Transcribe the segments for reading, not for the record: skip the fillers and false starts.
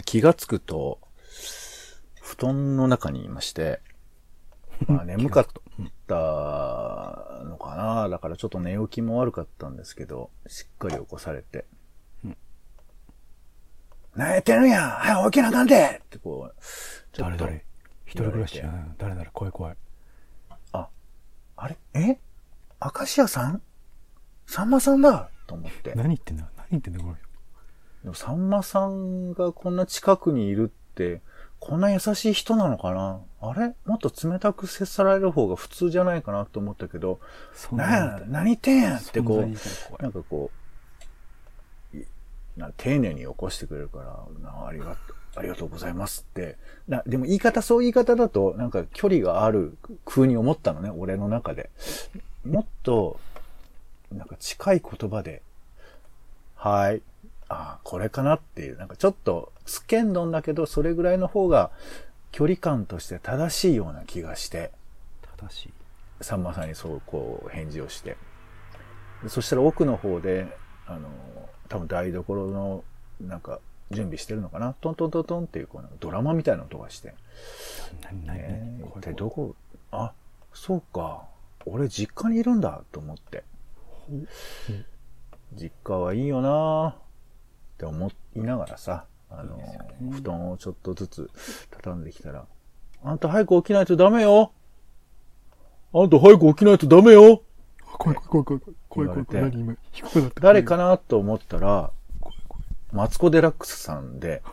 気がつくと、布団の中にいまして、まあ、眠かったのかな。だからちょっと寝起きも悪かったんですけど、しっかり起こされて。泣いてるんや早く起きなあかんでってこう、ちょっと。 誰一人暮らしじゃない誰怖い怖い。 あれ明石家さんさんまさんだと思って。 何言ってんだこれ。 でもさんまさんがこんな近くにいるって、こんな優しい人なのかな。あれもっと冷たく接される方が普通じゃないかなと思ったけど、何言ってんやってこう、なんかこう、丁寧に起こしてくれるから、ありがとうございますって。でもそういう言い方だと、なんか距離がある風に思ったのね、俺の中で。もっと、なんか近い言葉で、はい。これかなっていう、なんかちょっとつけんどんだけど、それぐらいの方が距離感として正しいような気がして。 正しい。 さんまさんにそうこう返事をして。そしたら奥の方で、多分台所のなんか準備してるのかな。トントントントンっていうこのドラマみたいな音がして。一体どこ、そうか。俺実家にいるんだと思って。実家はいいよなって思いながらさ、布団をちょっとずつ畳んできたら、あんた早く起きないとダメよ。怖い。誰かなと思ったら、マツコ・デラックスさんで、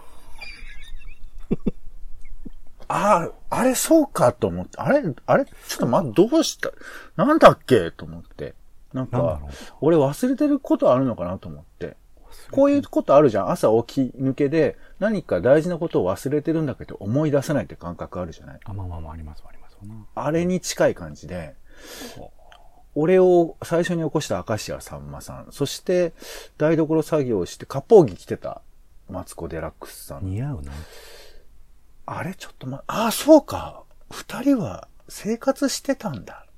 あれそうかと思って、あれちょっとどうしたなんだっけと思って。なんか、俺忘れてることあるのかなと思って。こういうことあるじゃん。朝起き抜けで何か大事なことを忘れてるんだけど思い出せないって感覚あるじゃない。 あります。 あれに近い感じで、俺を最初に起こした明石家さんまさん、そして台所作業をして割烹着着てたマツコ・デラックスさん。 似合うな。 あれちょっとそうか。二人は生活してたんだ。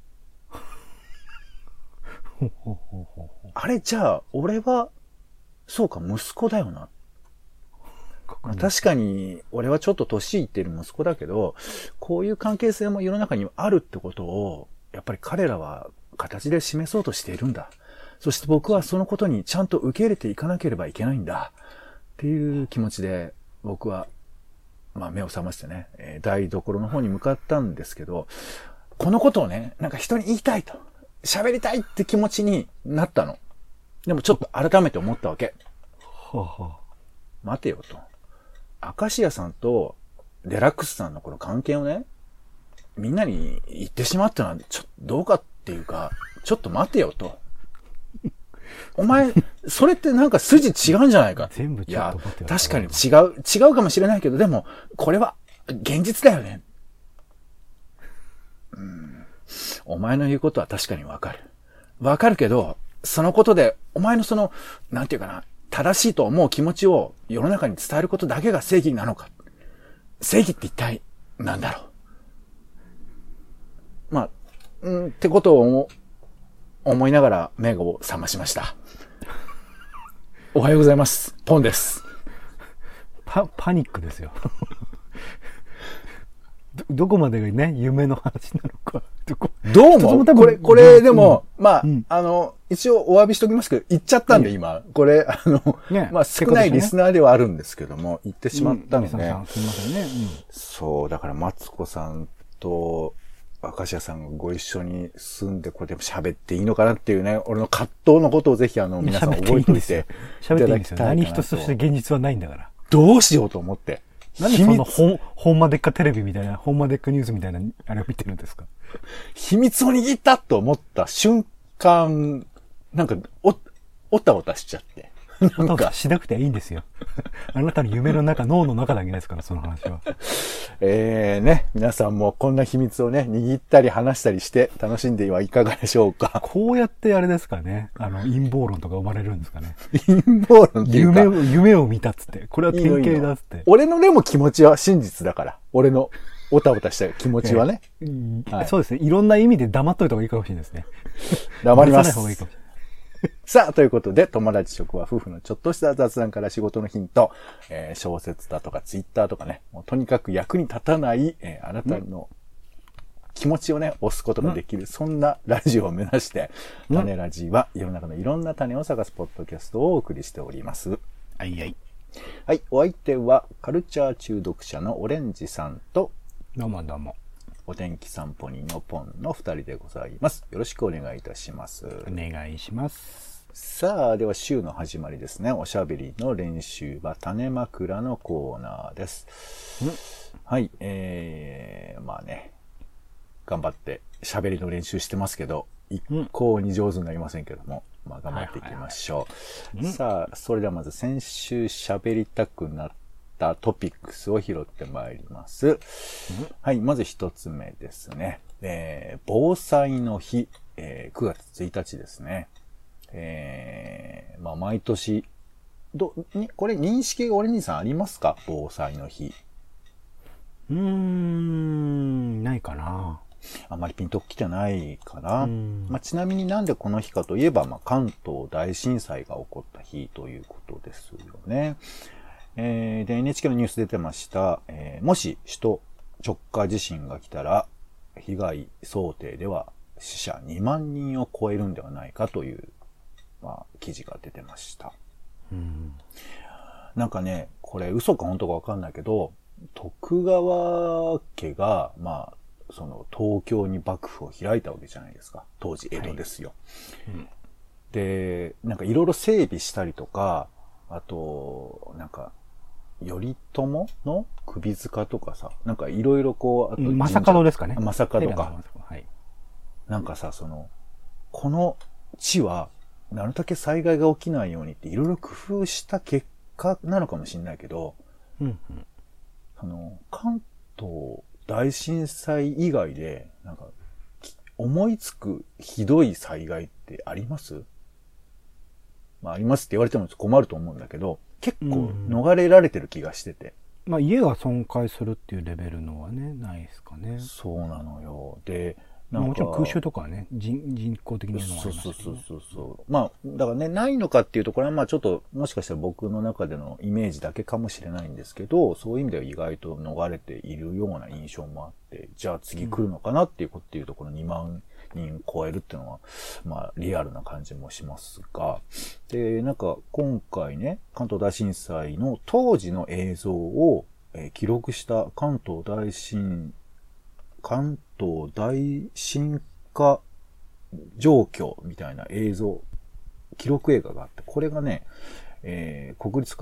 あれじゃあ、俺は、そうか、息子だよな。確かに、俺はちょっと年いってる息子だけど、こういう関係性も世の中にあるってことを、やっぱり彼らは形で示そうとしているんだ。そして僕はそのことにちゃんと受け入れていかなければいけないんだ。っていう気持ちで、僕は、目を覚ましてね、台所の方に向かったんですけど、このことをね、なんか人に言いたいと。喋りたいって気持ちになったの。でもちょっと改めて思ったわけ。待てよと。明石家さんとデラックスさんのこの関係をね、みんなに言ってしまったのはどうかっていうか、ちょっと待てよと。お前、それってなんか筋違うんじゃないか。 全部ちょっと待ってよ。 確かに違うかもしれないけど、でも、これは現実だよね。お前の言うことは確かにわかる。わかるけど、そのことで、お前のなんていうかな、正しいと思う気持ちを世の中に伝えることだけが正義なのか。正義って一体なんだろう。ってことを思いながら目を覚ましました。おはようございます。ポンです。 パニックですよ。どこまでがね、夢の話なのか。 どうもこれでも、一応お詫びしときますけど、言っちゃったんで、今。これ、少ないリスナーではあるんですけども、言ってしまったので。 すみませんね。 そう、だからマツコさんと明石家さんがご一緒に住んで、これでも喋っていいのかなっていうね、俺の葛藤のことをぜひ皆さん覚えておいていただきたいかなと。 喋っていいんですよ。何一つとして現実はないんだから。 どうしようと思って。 何そのホンマでっかテレビみたいな、ホンマでっかニュースみたいな、あれを見てるんですか？ 秘密を握ったと思った瞬間、なんか、おたおたしちゃって。 なんかしなくていいんですよ。あなたの夢の中、脳の中だけですから、その話は。 皆さんもこんな秘密をね、握ったり話したりして楽しんではいかがでしょうか。 こうやってあれですかね、陰謀論とか生まれるんですかね。 陰謀論っていうか夢を見たっつって、これは典型だっつって。 俺のでも気持ちは真実だから。俺のおたおたした気持ちはね。 そうですね。いろんな意味で黙っといた方がいいかもしれないですね。 黙ります。 話さない方がいいかもしれない。 さあ、ということで、友達職は夫婦のちょっとした雑談から仕事のヒント、小説だとかツイッターとかね、もうとにかく役に立たない、あなたの気持ちをね、押すことができる、そんなラジオを目指して、種ラジは世の中のいろんな種を探すポッドキャストをお送りしております。 はいはい。 はい、お相手はカルチャー中毒者のオレンジさんと、 どうもどうも。 お天気散歩人のポンの二人でございます。よろしくお願いいたします。 お願いします。 さあ、では週の始まりですね。おしゃべりの練習は種枕のコーナーです。はい、まあね、頑張って喋りの練習してますけど、一向に上手になりませんけども、まあ頑張っていきましょう。さあ、それではまず先週喋りたくなったトピックスを拾ってまいります。はい、まず一つ目ですね。防災の日、9月1日ですね。まあ毎年、これ認識がオレンジさんありますか？防災の日。 ないかな。 あんまりピンときてないかな。まあ、ちなみになんでこの日かといえば、まあ、関東大震災が起こった日ということですよね。で、NHK のニュース出てました。もし首都直下地震が来たら、被害想定では死者2万人を超えるんではないかという、まあ、記事が出てました。なんかね、これ嘘か本当かわかんないけど、徳川家が、まあ、その東京に幕府を開いたわけじゃないですか。当時江戸ですよ。で、なんかいろいろ整備したりとか、あと、なんか、頼朝の首塚とかさ、なんかいろいろこう、あと正門ですかね。 正門か。 はい。 なんかさ、この地は、なるだけ災害が起きないようにっていろいろ工夫した結果なのかもしれないけど、関東大震災以外で、なんか、思いつくひどい災害ってあります？まあ、ありますって言われても困ると思うんだけど、結構逃れられてる気がしてて。 まあ、家が損壊するっていうレベルのはね、ないですかね。 そうなのよ。で、 もちろん空襲とかはね、人工的なのもありますけど、ね。 そう。まあ、だからね、ないのかっていうところは、まあちょっと、もしかしたら僕の中でのイメージだけかもしれないんですけど、そういう意味では意外と逃れているような印象もあって、じゃあ次来るのかなっていうところ2万人超えるっていうのは、まあリアルな感じもしますが、で、なんか今回ね、関東大震災の当時の映像を、記録した関東大震火状況みたいな映像、記録映画があって、これがね、国立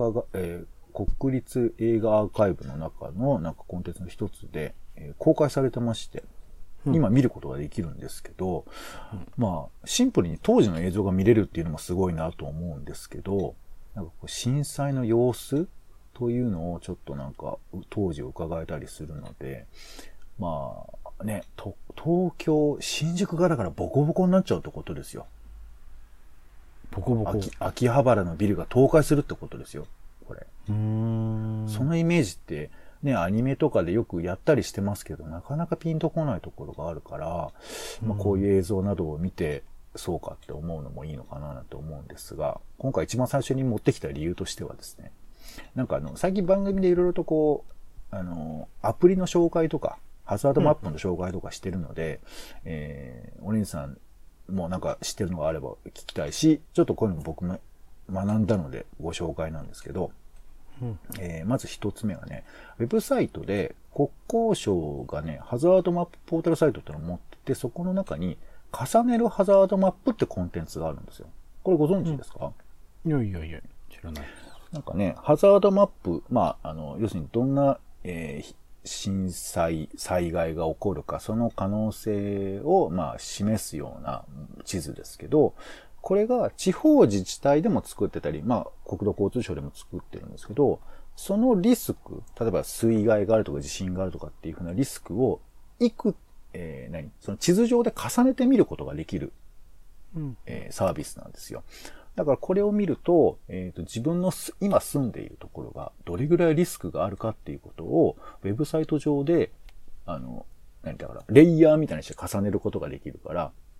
映画アーカイブの中のなんかコンテンツの一つで、公開されてまして、今見ることができるんですけど、まあ、シンプルに当時の映像が見れるっていうのもすごいなと思うんですけど、なんかこう震災の様子というのをちょっとなんか当時を伺えたりするので、まあね、東京、新宿がだからボコボコになっちゃうってことですよ。 ボコボコ。 秋葉原のビルが倒壊するってことですよ。これ。そのイメージってね、アニメとかでよくやったりしてますけど、なかなかピンとこないところがあるから、まあ、こういう映像などを見て、そうかって思うのもいいのかなと思うんですが、今回一番最初に持ってきた理由としてはですね、なんか最近番組でいろいろとこう、アプリの紹介とか、ハザードマップの紹介とかしてるので、お姉さんもなんか知ってるのがあれば聞きたいし、ちょっとこういうのも僕も学んだのでご紹介なんですけど、まず一つ目はね、ウェブサイトで国交省がね、ハザードマップポータルサイトってのを持ってて、そこの中に重ねるハザードマップってコンテンツがあるんですよ。これご存知ですか？ いや、知らない。 なんかね、ハザードマップ、まあ、要するにどんな、震災、災害が起こるか、その可能性を、まあ、示すような地図ですけど、これが地方自治体でも作ってたり、まあ、国土交通省でも作ってるんですけど、そのリスク、例えば水害があるとか地震があるとかっていうふうなリスクを、その地図上で重ねてみることができる、サービスなんですよ。だからこれを見ると、自分の今住んでいるところがどれぐらいリスクがあるかっていうことを、ウェブサイト上で、レイヤーみたいにして重ねることができるから、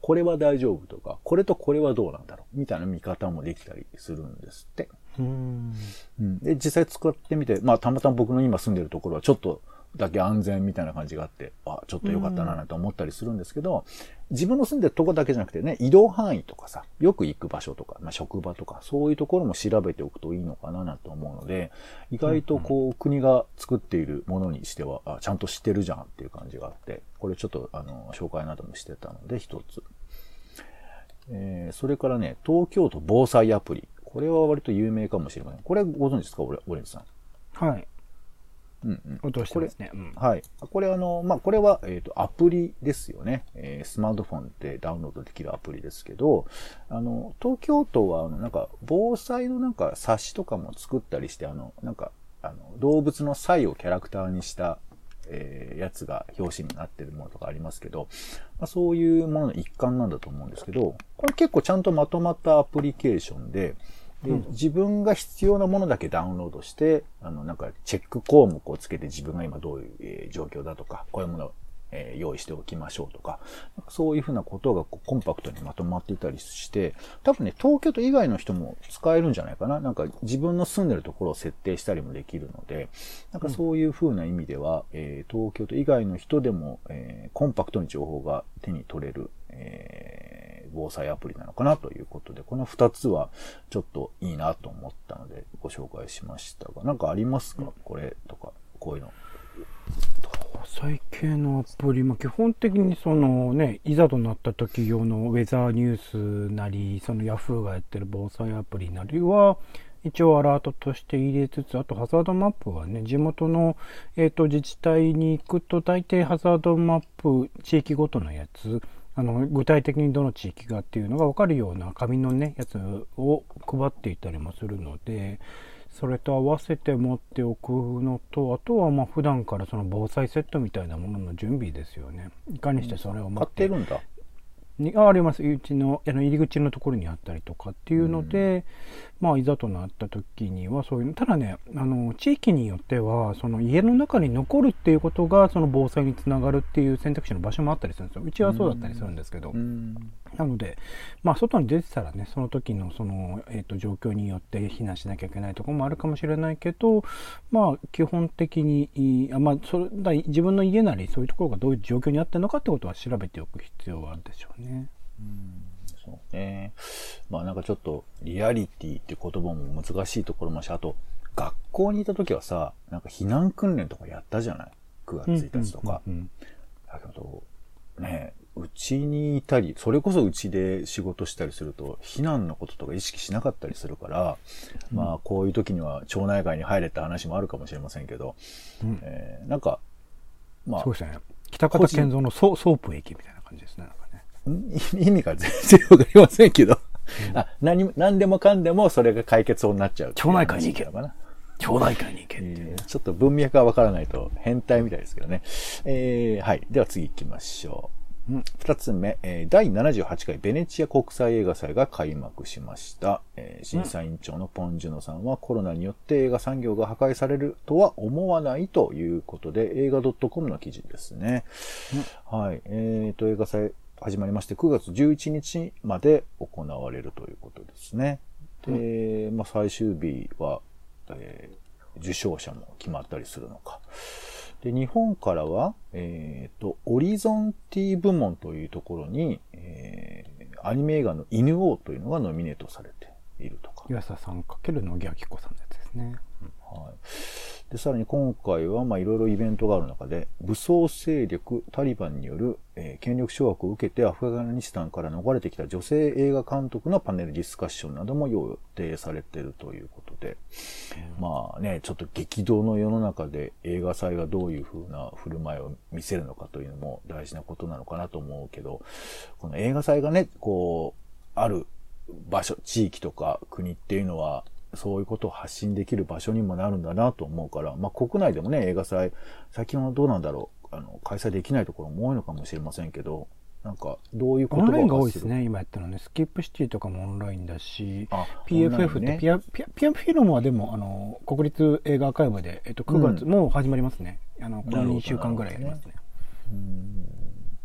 これは大丈夫とか、これとこれはどうなんだろうみたいな見方もできたりするんですって。で、実際使ってみて、まあたまたま僕の今住んでるところはちょっとだけ安全みたいな感じがあって、あ、ちょっと良かったななんて思ったりするんですけど、自分の住んでるとこだけじゃなくてね、移動範囲とかさ、よく行く場所とか、まあ職場とか、そういうところも調べておくといいのかななんて思うので、意外とこう、国が作っているものにしては、ちゃんと知ってるじゃんっていう感じがあって、これちょっと紹介などもしてたので、一つ。それからね、東京都防災アプリ。これは割と有名かもしれません。これご存知ですか、オレンジさん。 はい。落としてますね。 はい。これまあ、これは、アプリですよね。スマートフォンでダウンロードできるアプリですけど、東京都は、なんか、防災のなんか冊子とかも作ったりして、なんか、動物のサイをキャラクターにした、やつが表紙になってるものとかありますけど、まあ、そういうものの一環なんだと思うんですけど、これ結構ちゃんとまとまったアプリケーションで、自分が必要なものだけダウンロードして、なんかチェック項目をつけて自分が今どういう、状況だとか、こういうものを、用意しておきましょうとか、そういうふうなことがコンパクトにまとまっていたりして、多分ね、東京都以外の人も使えるんじゃないかな。なんか自分の住んでるところを設定したりもできるので、なんかそういうふうな意味では、東京都以外の人でも、コンパクトに情報が手に取れる、防災アプリなのかなということで、この2つはちょっといいなと思ったのでご紹介しましたが、なんかありますか？これとか、こういうの。 防災系のアプリ、基本的にそのね、いざとなった時用のウェザーニュースなり、そのヤフーがやってる防災アプリなりは、一応アラートとして入れつつ、あとハザードマップはね、地元の、自治体に行くと大抵ハザードマップ、地域ごとのやつ、具体的にどの地域がっていうのが分かるような紙のね、やつを配っていたりもするので、それと合わせて持っておくのと、あとは普段からその防災セットみたいなものの準備ですよね。いかにしてそれを持って。 買ってるんだ。 あります。うちの入り口のところにあったりとかっていうので、いざとなった時にはそういうの。ただね、地域によっては、その家の中に残るっていうことが、その防災につながるっていう選択肢の場所もあったりするんですよ。うちはそうだったりするんですけど。なので、外に出てたらね、その時のその、状況によって避難しなきゃいけないところもあるかもしれないけど、基本的に、自分の家なりそういうところがどういう状況にあってるのかってことは調べておく必要はあるでしょうね。 そうね。なんかちょっとリアリティって言葉も難しいところもあるし、あと学校にいた時はさ、なんか避難訓練とかやったじゃない ?9 月1日とか。だけど、ね、うちにいたり、それこそうちで仕事したりすると、避難のこととか意識しなかったりするから、こういう時には町内会に入れって話もあるかもしれませんけど、なんか、 そうですね。北方健三のソープ駅みたいな感じですね。 意味が全然わかりませんけど、何でもかんでもそれが解決法になっちゃう。 町内会に行け。町内会に行けって、 ちょっと文脈がわからないと変態みたいですけどね。はい。では次行きましょう。二つ目、第78回ベネチア国際映画祭が開幕しました。審査委員長のポン・ジュノさんはコロナによって映画産業が破壊されるとは思わないということで、映画 .com の記事ですね。はい。映画祭始まりまして9月11日まで行われるということですね。で、最終日は、受賞者も決まったりするのか。で、日本からは、オリゾンティ部門というところに、アニメ映画の犬王というのがノミネートされているとか。 岩佐さん×野木明子さんのやつですね。 はい。で、さらに今回はいろいろイベントがある中で、武装勢力タリバンによる、権力掌握を受けてアフガニスタンから逃れてきた女性映画監督のパネルディスカッションなども予定されているということで、ちょっと激動の世の中で映画祭がどういう風な振る舞いを見せるのかというのも大事なことなのかなと思うけど、この映画祭がね、ある場所、地域とか国っていうのは、そういうことを発信できる場所にもなるんだなと思うから、国内でもね、映画祭、最近はどうなんだろう、開催できないところも多いのかもしれませんけど、なんか、どういうことがオンラインが多いですね、今やったのね。スキップシティとかもオンラインだし、PFF って、ピアフィルムはでも、国立映画アーカイブで、9月もう始まりますね。この2週間ぐらいやりますね。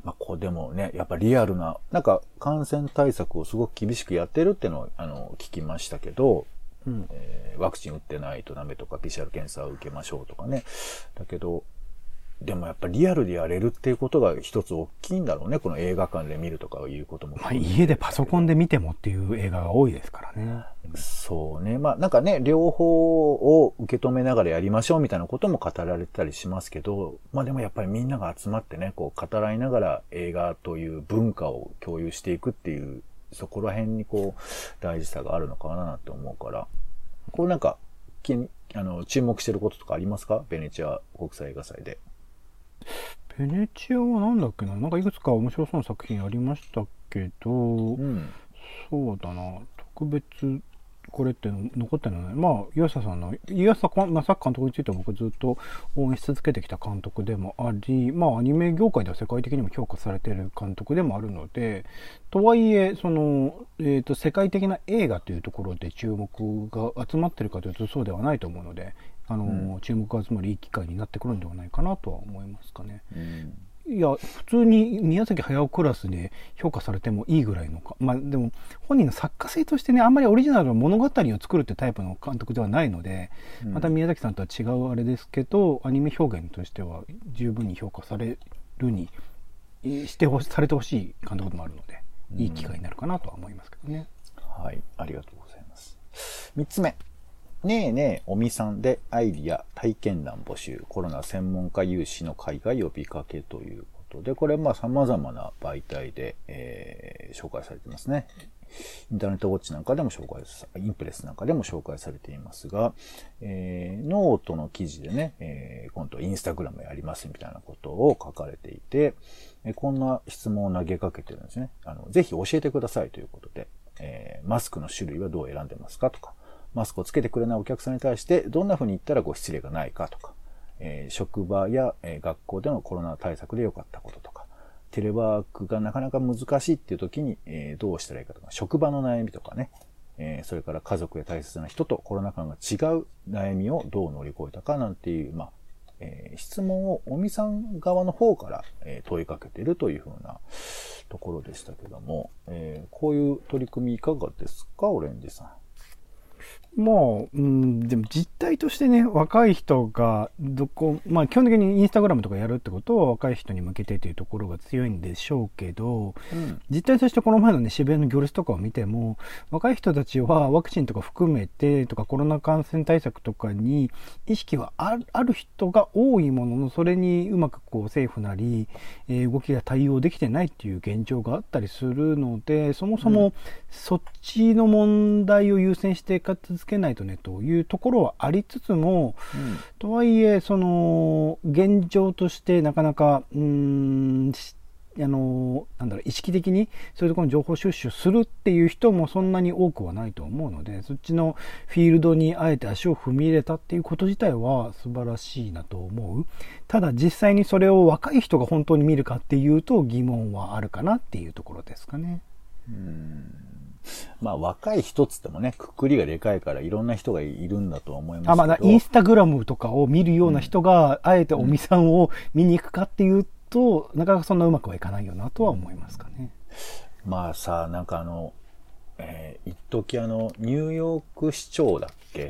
まあ、こうでもね、やっぱリアルな、なんか感染対策をすごく厳しくやってるっていうのを、聞きましたけど、ワクチン打ってないとダメとか、PCR 検査を受けましょうとかね。だけど、でもやっぱリアルでやれるっていうことが一つ大きいんだろうね。この映画館で見るとかいうことも。 まあ、家でパソコンで見てもっていう映画が多いですからね。 そうね。まあなんかね、両方を受け止めながらやりましょうみたいなことも語られたりしますけど、まあでもやっぱりみんなが集まってね、こう語らいながら映画という文化を共有していくっていう、そこら辺にこう大事さがあるのかなって思うから、こうなんか、注目してることとかありますか？ベネチア国際映画祭で。 ベネチアはなんだっけな、なんかいくつか面白そうな作品ありましたけど、そうだな、特別これって残ってるのね。まあ、湯浅正監督については僕ずっと応援し続けてきた監督でもあり、まあ、アニメ業界では世界的にも評価されている監督でもあるので、とはいえ、世界的な映画というところで注目が集まってるかというとそうではないと思うので、注目が集まるいい機会になってくるんではないかなとは思いますかね。いや、普通に宮崎駿クラスで評価されてもいいぐらいのか。まあでも、本人の作家性としてね、あんまりオリジナルの物語を作るってタイプの監督ではないので、また宮崎さんとは違うあれですけど、アニメ表現としては十分に評価されるに、されてほしい監督でもあるので、いい機会になるかなとは思いますけどね。 はい、ありがとうございます。3つ目。ねえねえ、おみさんでアイディア体験談募集、コロナ専門家有志の会が呼びかけということで、これまあ様々な媒体で、紹介されてますね。インターネットウォッチなんかでもインプレスなんかでも紹介されていますが、ノートの記事でね、今度インスタグラムやりますみたいなことを書かれていて、こんな質問を投げかけてるんですね。ぜひ教えてくださいということで、マスクの種類はどう選んでますかとか、マスクをつけてくれないお客さんに対してどんな風に言ったらご失礼がないかとか、職場や、学校でのコロナ対策で良かったこととか、テレワークがなかなか難しいっていう時に、どうしたらいいかとか、職場の悩みとかね、それから家族や大切な人とコロナ禍が違う悩みをどう乗り越えたかなんていう、まあ、質問を尾身さん側の方から、問いかけているというふうなところでしたけども、こういう取り組みいかがですか、オレンジさん。 まあ、でも実態としてね、若い人がまあ基本的にインスタグラムとかやるってことは若い人に向けてというところが強いんでしょうけど、実態としてこの前のね、渋谷の行列とかを見ても、若い人たちはワクチンとか含めてとかコロナ感染対策とかに意識はある人が多いものの、それにうまくこう政府なり、動きが対応できてないっていう現状があったりするので、そもそもそっちの問題を優先してつけないとねというところはありつつも、とはいえ現状としてなかなか意識的にそういうところに情報収集するっていう人もそんなに多くはないと思うので、そっちのフィールドにあえて足を踏み入れたっていうこと自体は素晴らしいなと思う。ただ実際にそれを若い人が本当に見るかっていうと疑問はあるかなっていうところですかね。 まあ若い人っつってもね、くくりがでかいからいろんな人がいるんだとは思いますけど。 まだインスタグラムとかを見るような人が、あえて尾身さんを見に行くかっていうと、なかなかそんなうまくはいかないよなとは思いますかね。 まあさ、なんか一時ニューヨーク市長だっけ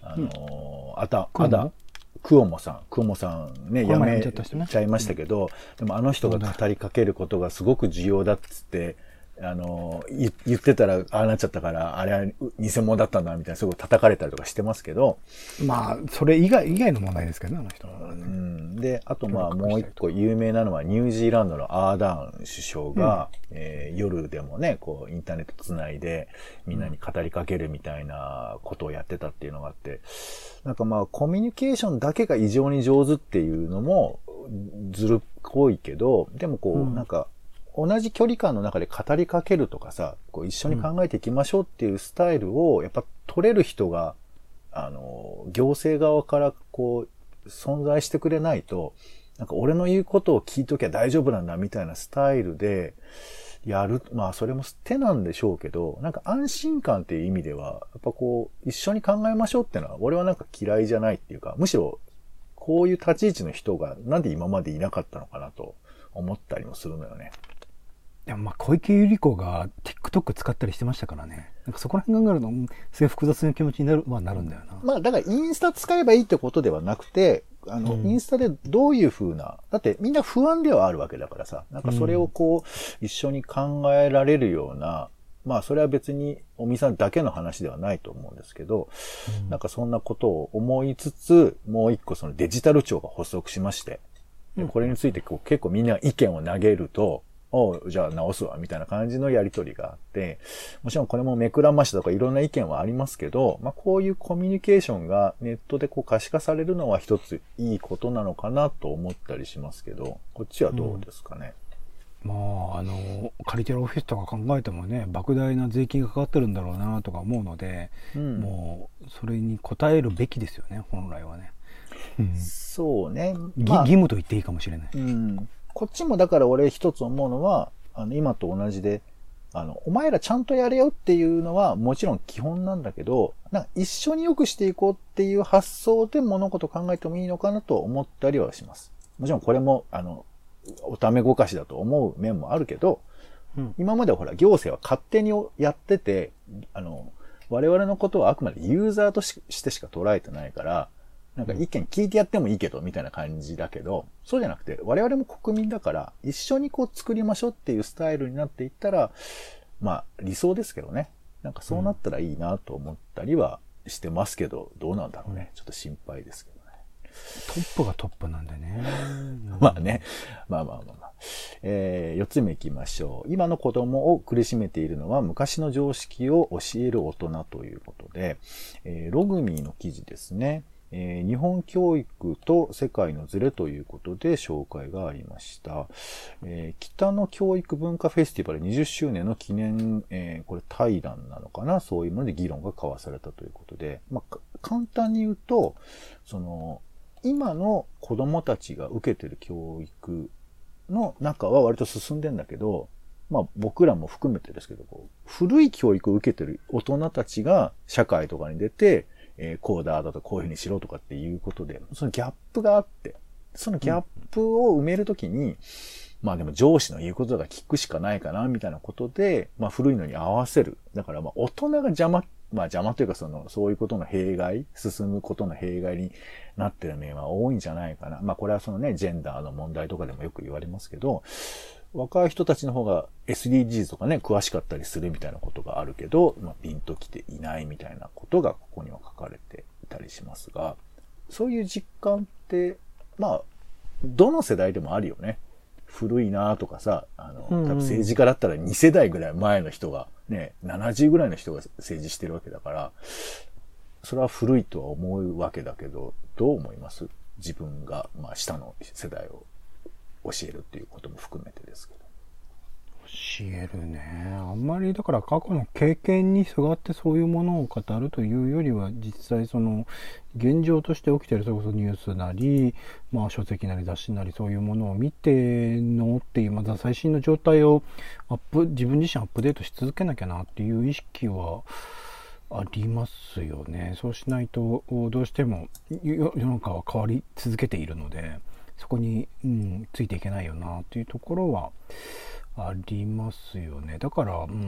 クオモさんね、辞めちゃいましたけど、でもあの人が語りかけることがすごく重要だっつって、言ってたらああなっちゃったから、あれは偽物だったんだみたいなすごい叩かれたりとかしてますけど。 まあ、それ以外の問題ですけどね、あの人は、 で、あとまあもう一個有名なのはニュージーランドのアーダーン首相が、夜でもね、こうインターネットつないでみんなに語りかけるみたいなことをやってたっていうのがあって、なんかまあコミュニケーションだけが異常に上手っていうのもずるっこいけど、でもこうなんか、同じ距離感の中で語りかけるとかさ、こう一緒に考えていきましょうっていうスタイルをやっぱ取れる人が、行政側からこう存在してくれないと、なんか俺の言うことを聞いときゃ大丈夫なんだみたいなスタイルでやる。まあそれも手なんでしょうけど、なんか安心感っていう意味では、やっぱこう一緒に考えましょうってのは俺はなんか嫌いじゃないっていうか、むしろこういう立ち位置の人がなんで今までいなかったのかなと思ったりもするのよね。 でもまあ小池百合子が TikTok 使ったりしてましたからね。なんかそこら辺考えるの、すごい複雑な気持ちになるんだよな。 まあだからインスタ使えばいいってことではなくて、インスタでどういう風な、だってみんな不安ではあるわけだからさ、なんかそれをこう、一緒に考えられるような、まあそれは別におみさんだけの話ではないと思うんですけど、なんかそんなことを思いつつ、もう一個そのデジタル庁が発足しまして、でこれについてこう結構みんな意見を投げると、じゃあ直すわ、みたいな感じのやりとりがあって、もちろんこれもめくらましとかいろんな意見はありますけど、まあこういうコミュニケーションがネットでこう可視化されるのは一ついいことなのかなと思ったりしますけど、こっちはどうですかね。 まあ、借りてるオフィスとか考えてもね、莫大な税金がかかってるんだろうなとか思うので、もう、それに応えるべきですよね、本来はね。 そうね。 義務と言っていいかもしれない。 こっちもだから俺一つ思うのは、今と同じで、お前らちゃんとやれよっていうのはもちろん基本なんだけど、なんか一緒に良くしていこうっていう発想で物事を考えてもいいのかなと思ったりはします。もちろんこれも、おためごかしだと思う面もあるけど、今までほら行政は勝手にやってて、我々のことはあくまでユーザーとしてしか捉えてないから、なんか意見聞いてやってもいいけど、みたいな感じだけど、そうじゃなくて、我々も国民だから、一緒にこう作りましょうっていうスタイルになっていったら、まあ理想ですけどね。なんかそうなったらいいなと思ったりはしてますけど、どうなんだろうね。ちょっと心配ですけどね。 トップがトップなんでね。 まあね。まあ。4つ目行きましょう。今の子供を苦しめているのは昔の常識を教える大人ということで、ログミーの記事ですね。日本教育と世界のズレということで紹介がありました。北の教育文化フェスティバル20周年の記念、これ対談なのかな、そういうもので議論が交わされたということで、まあ、簡単に言うと、今の子供たちが受けてる教育の中は割と進んでんだけど、まあ僕らも含めてですけど、古い教育を受けてる大人たちが社会とかに出て、こうだとかこういうふうにしろとかっていうことで、そのギャップがあって、そのギャップを埋めるときに、まあでも上司の言うことが聞くしかないかな、みたいなことで、まあ古いのに合わせる。だからまあ大人が邪魔というかそういうことの弊害、進むことの弊害になってる面は多いんじゃないかな。まあこれはジェンダーの問題とかでもよく言われますけど、若い人たちの方が SDGs とかね、詳しかったりするみたいなことがあるけど、まあピンときていないみたいなことがここには書かれていたりしますが、そういう実感って、まあ、どの世代でもあるよね。古いなとかさ、多分政治家だったら2世代ぐらい前の人が、ね、70ぐらいの人が政治してるわけだから、それは古いとは思うわけだけど、どう思います？自分が、まあ、下の世代を教えるっていうことも含めてですけど。 教えるね。あんまりだから過去の経験にすがってそういうものを語るというよりは、実際現状として起きている、それこそニュースなり、まあ書籍なり雑誌なりそういうものを見てのっていう、まだ最新の状態を自分自身アップデートし続けなきゃなっていう意識はありますよね。そうしないとどうしても世の中は変わり続けているので、そこに、ついていけないよなっていうところはありますよね。だから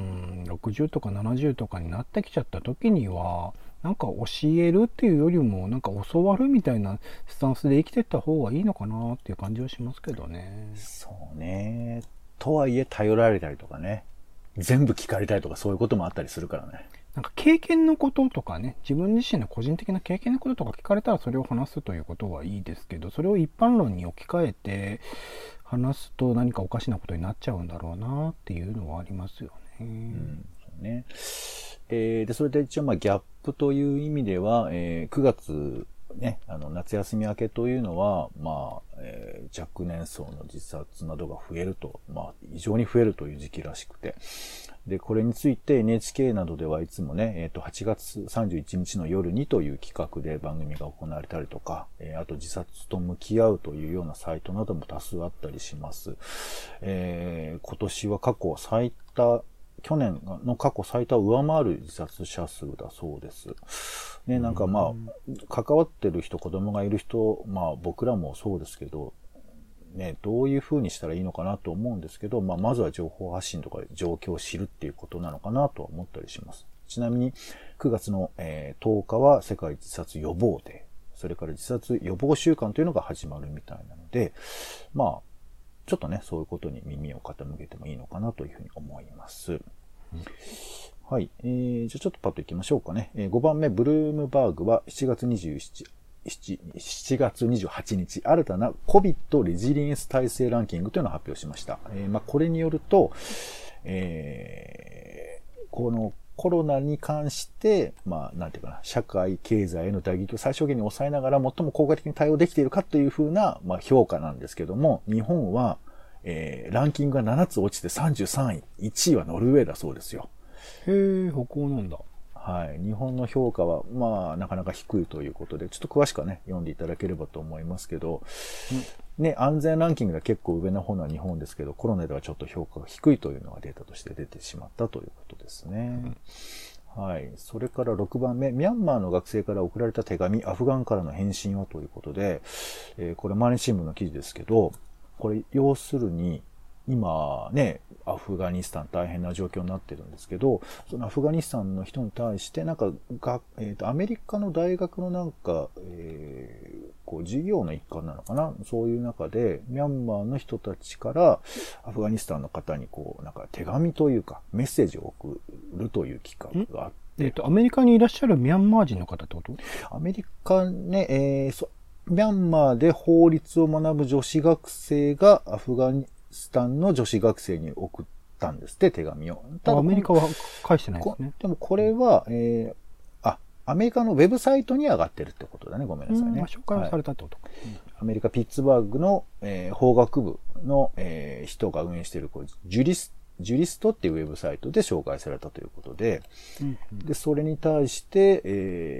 、60とか70とかになってきちゃった時には、なんか教えるっていうよりも、なんか教わるみたいなスタンスで生きていった方がいいのかなっていう感じはしますけどね。 そうね。とはいえ頼られたりとかね。全部聞かれたりとかそういうこともあったりするからね。 なんか経験のこととかね、自分自身の個人的な経験のこととか聞かれたらそれを話すということはいいですけど、それを一般論に置き換えて話すと何かおかしなことになっちゃうんだろうなっていうのはありますよね。 そうね。で、それで一応ギャップという意味では、9月ね、夏休み明けというのは、若年層の自殺などが増えると、異常に増えるという時期らしくて。で、これについて NHK などではいつもね、8月31日の夜にという企画で番組が行われたりとか、あと自殺と向き合うというようなサイトなども多数あったりします。今年は去年の過去最多を上回る自殺者数だそうです。ね、なんか関わってる人、子供がいる人、僕らもそうですけど、 ね、どういう風にしたらいいのかなと思うんですけど、まずは情報発信とか状況を知るっていうことなのかなとは思ったりします。ちなみに、9月の10日は世界自殺予防デー、それから自殺予防週間というのが始まるみたいなので、ちょっとね、そういうことに耳を傾けてもいいのかなというふうに思います。はい。じゃあちょっとパッと行きましょうかね。5番目、ブルームバーグは7月28日、新たな COVID レジリエンス体制ランキングというのを発表しました。これによると、このコロナに関して、なんていうかな、社会、経済への打撃を最小限に抑えながら最も効果的に対応できているかというふうな、評価なんですけども、日本は、ランキングが7つ落ちて33位、1位はノルウェーだそうですよ。 へー、北欧なんだ。 はい。日本の評価は、なかなか低いということで、ちょっと詳しくはね、読んでいただければと思いますけど、ね、安全ランキングが結構上の方のは日本ですけど、コロナではちょっと評価が低いというのがデータとして出てしまったということですね。はい。それから6番目、ミャンマーの学生から送られた手紙、アフガンからの返信はということで、これ毎日新聞の記事ですけど、これ要するに、今ね、アフガニスタン大変な状況になってるんですけど、そのアフガニスタンの人に対して、アメリカの大学の授業の一環なのかな、そういう中で、ミャンマーの人たちからアフガニスタンの方に手紙というか、メッセージを送るという機会があって。 アメリカにいらっしゃるミャンマー人の方ってこと？ アメリカね、ミャンマーで法律を学ぶ女子学生がアフガニスタンの女子学生に送ったんですって、手紙を。 アメリカは返してないですね。 でもこれは、アメリカのウェブサイトに上がってるってことだね。ごめんなさいね。 紹介されたってことか。 アメリカ・ピッツバーグの、法学部の、人が運営しているジュリストっていうウェブサイトで紹介されたということで、で、それに対して、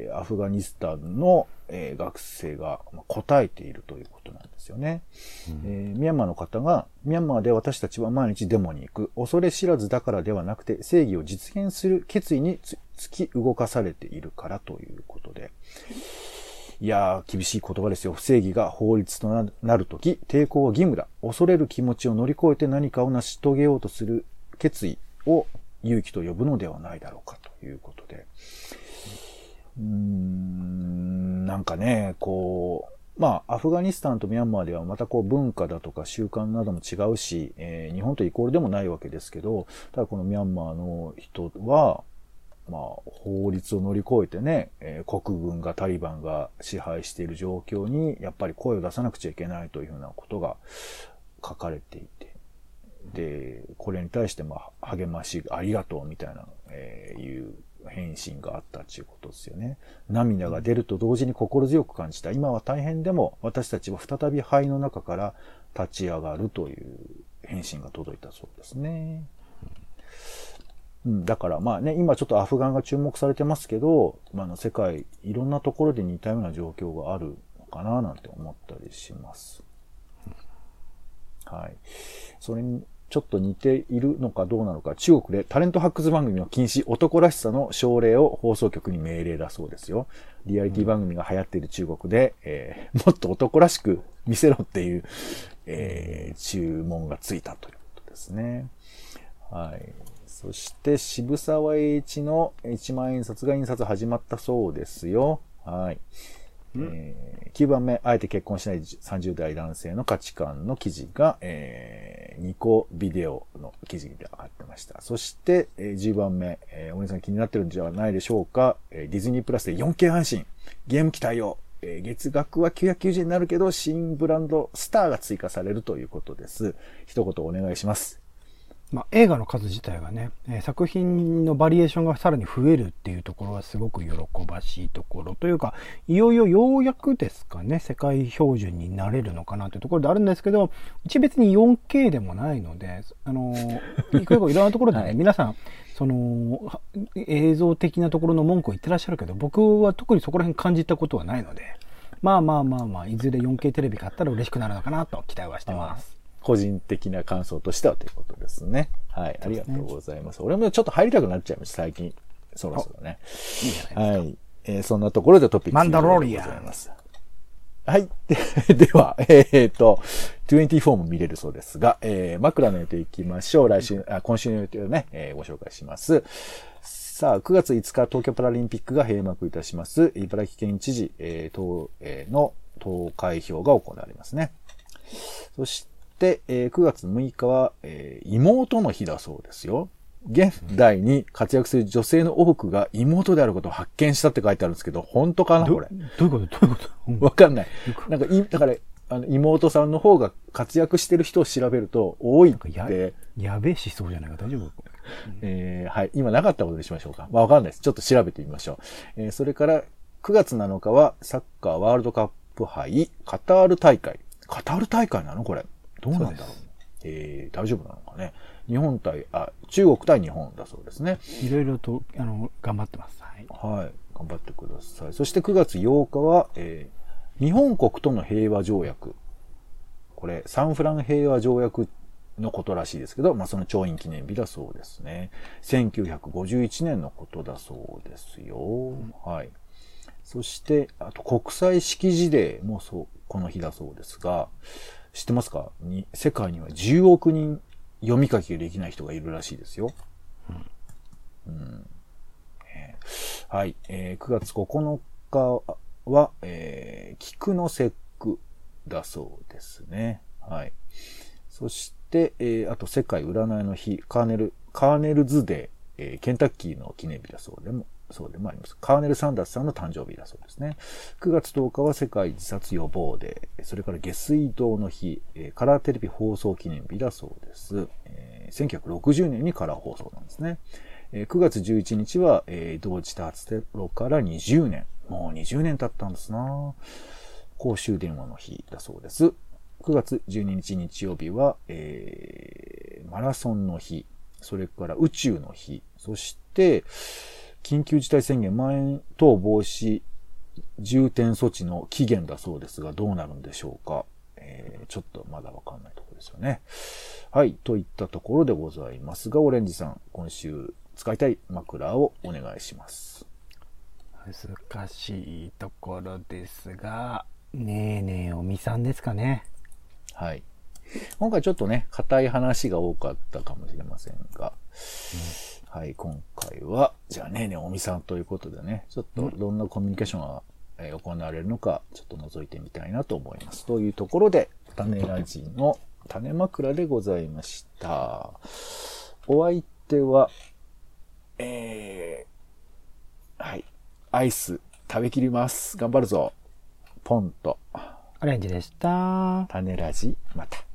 アフガニスタンの、学生が答えているということなんですよね。ミャンマーの方が、ミャンマーで私たちは毎日デモに行く。恐れ知らずだからではなくて、正義を実現する決意に突き動かされているからということで。いやー、厳しい言葉ですよ。正義が法律となるとき、抵抗は義務だ。恐れる気持ちを乗り越えて何かを成し遂げようとする決意を勇気と呼ぶのではないだろうかということで。なんかね、アフガニスタンとミャンマーではまた文化だとか習慣なども違うし、日本とイコールでもないわけですけど、ただこのミャンマーの人は、法律を乗り越えてね、国軍がタリバンが支配している状況にやっぱり声を出さなくちゃいけないというふうなことが書かれていて、で、これに対して励ましありがとうみたいな、いう返信があったということですよね。涙が出ると同時に心強く感じた。今は大変でも私たちは再び灰の中から立ち上がるという返信が届いたそうですね。だから今ちょっとアフガンが注目されてますけど、世界いろんなところで似たような状況があるのかななんて思ったりします。はい。それにちょっと似ているのかどうなのか、中国でタレント発掘番組の禁止、男らしさの奨励を放送局に命令だそうですよ。リアリティ番組が流行っている中国で、もっと男らしく見せろっていう、注文がついたということですね。はい。そして渋沢栄一の1万円札が印刷始まったそうですよ。はい。9番目、あえて結婚しない30代男性の価値観の記事が、ニコビデオの記事で上がってました。そして、10番目、お姉さん気になってるんじゃないでしょうか。ディズニープラスで 4K 配信、ゲーム機対応、月額は990円になるけど、新ブランドスターが追加されるということです。一言お願いします。 映画の数自体がね、作品のバリエーションがさらに増えるっていうところはすごく喜ばしいところというか、いよいよようやくですかね、世界標準になれるのかなというところであるんですけど、うち別に 4K でもないので、いろんなところでね、はい、皆さん、映像的なところの文句を言ってらっしゃるけど、僕は特にそこら辺感じたことはないので、いずれ 4K テレビ買ったら嬉しくなるのかなと期待はしてます。 個人的な感想としてはということですね。はい。ありがとうございます。俺もちょっと入りたくなっちゃいました、最近。そろそろね。 いいじゃないですか。 はい。そんなところでトピックスマンダロリアン。 はい。では、24も見れるそうですが、枕の予定いきましょう。今週の予定をね、ご紹介します。さあ、9月5日、東京パラリンピックが閉幕いたします。茨城県知事、の投開票が行われますね。そして、9月6日は、妹の日だそうですよ。現代に活躍する女性の多くが妹であることを発見したって書いてあるんですけど、本当かなこれ。 どういうことわかんない。なんか、だから、妹さんの方が活躍してる人を調べると多いって。 やべえ思想じゃないか、大丈夫？ はい。今なかったことにしましょうか。わかんないです。ちょっと調べてみましょう。それから、9月7日はサッカーワールドカップ杯カタール大会。カタール大会なのこれ。どうなんだろう。大丈夫なのかね。中国対日本だそうですね。 いろいろと、頑張ってます。 はい。はい。頑張ってください。そして9月8日は、日本国との平和条約。これ、サンフラン平和条約のことらしいですけど、その調印記念日だそうですね。1951年のことだそうですよ。はい。そして、あと国際識字デーもこの日だそうですが、知ってますか？世界には10億人読み書きができない人がいるらしいですよ。はい。9月9日は、菊の節句だそうですね。はい。そして、あと世界占いの日、カーネルズデー、ケンタッキーの記念日だそうでもあります。カーネル・サンダースさんの誕生日だそうですね。9月10日は世界自殺予防デー、それから下水道の日、カラーテレビ放送記念日だそうです。1960年にカラー放送なんですね。9月11日は、同時多発テロから20年。もう20年経ったんですな。公衆電話の日だそうです。9月12日日曜日は、マラソンの日、それから宇宙の日、そして、緊急事態宣言まん延等防止重点措置の期限だそうですが、どうなるんでしょうか。ちょっとまだわかんないところですよね。はい、といったところでございますが、オレンジさん、今週使いたい枕をお願いします。 難しいところですが、ねえねえおみさんですかね。 はい。今回ちょっとね、硬い話が多かったかもしれませんが、はい、今回は、じゃあねえねえおみさんということでね、ちょっとどんなコミュニケーションが行われるのか、ちょっと覗いてみたいなと思います。というところで、種ラジの種枕でございました。お相手は、はい、アイス食べきります。頑張るぞ。ポンと。 オレンジでした。 種ラジ、また。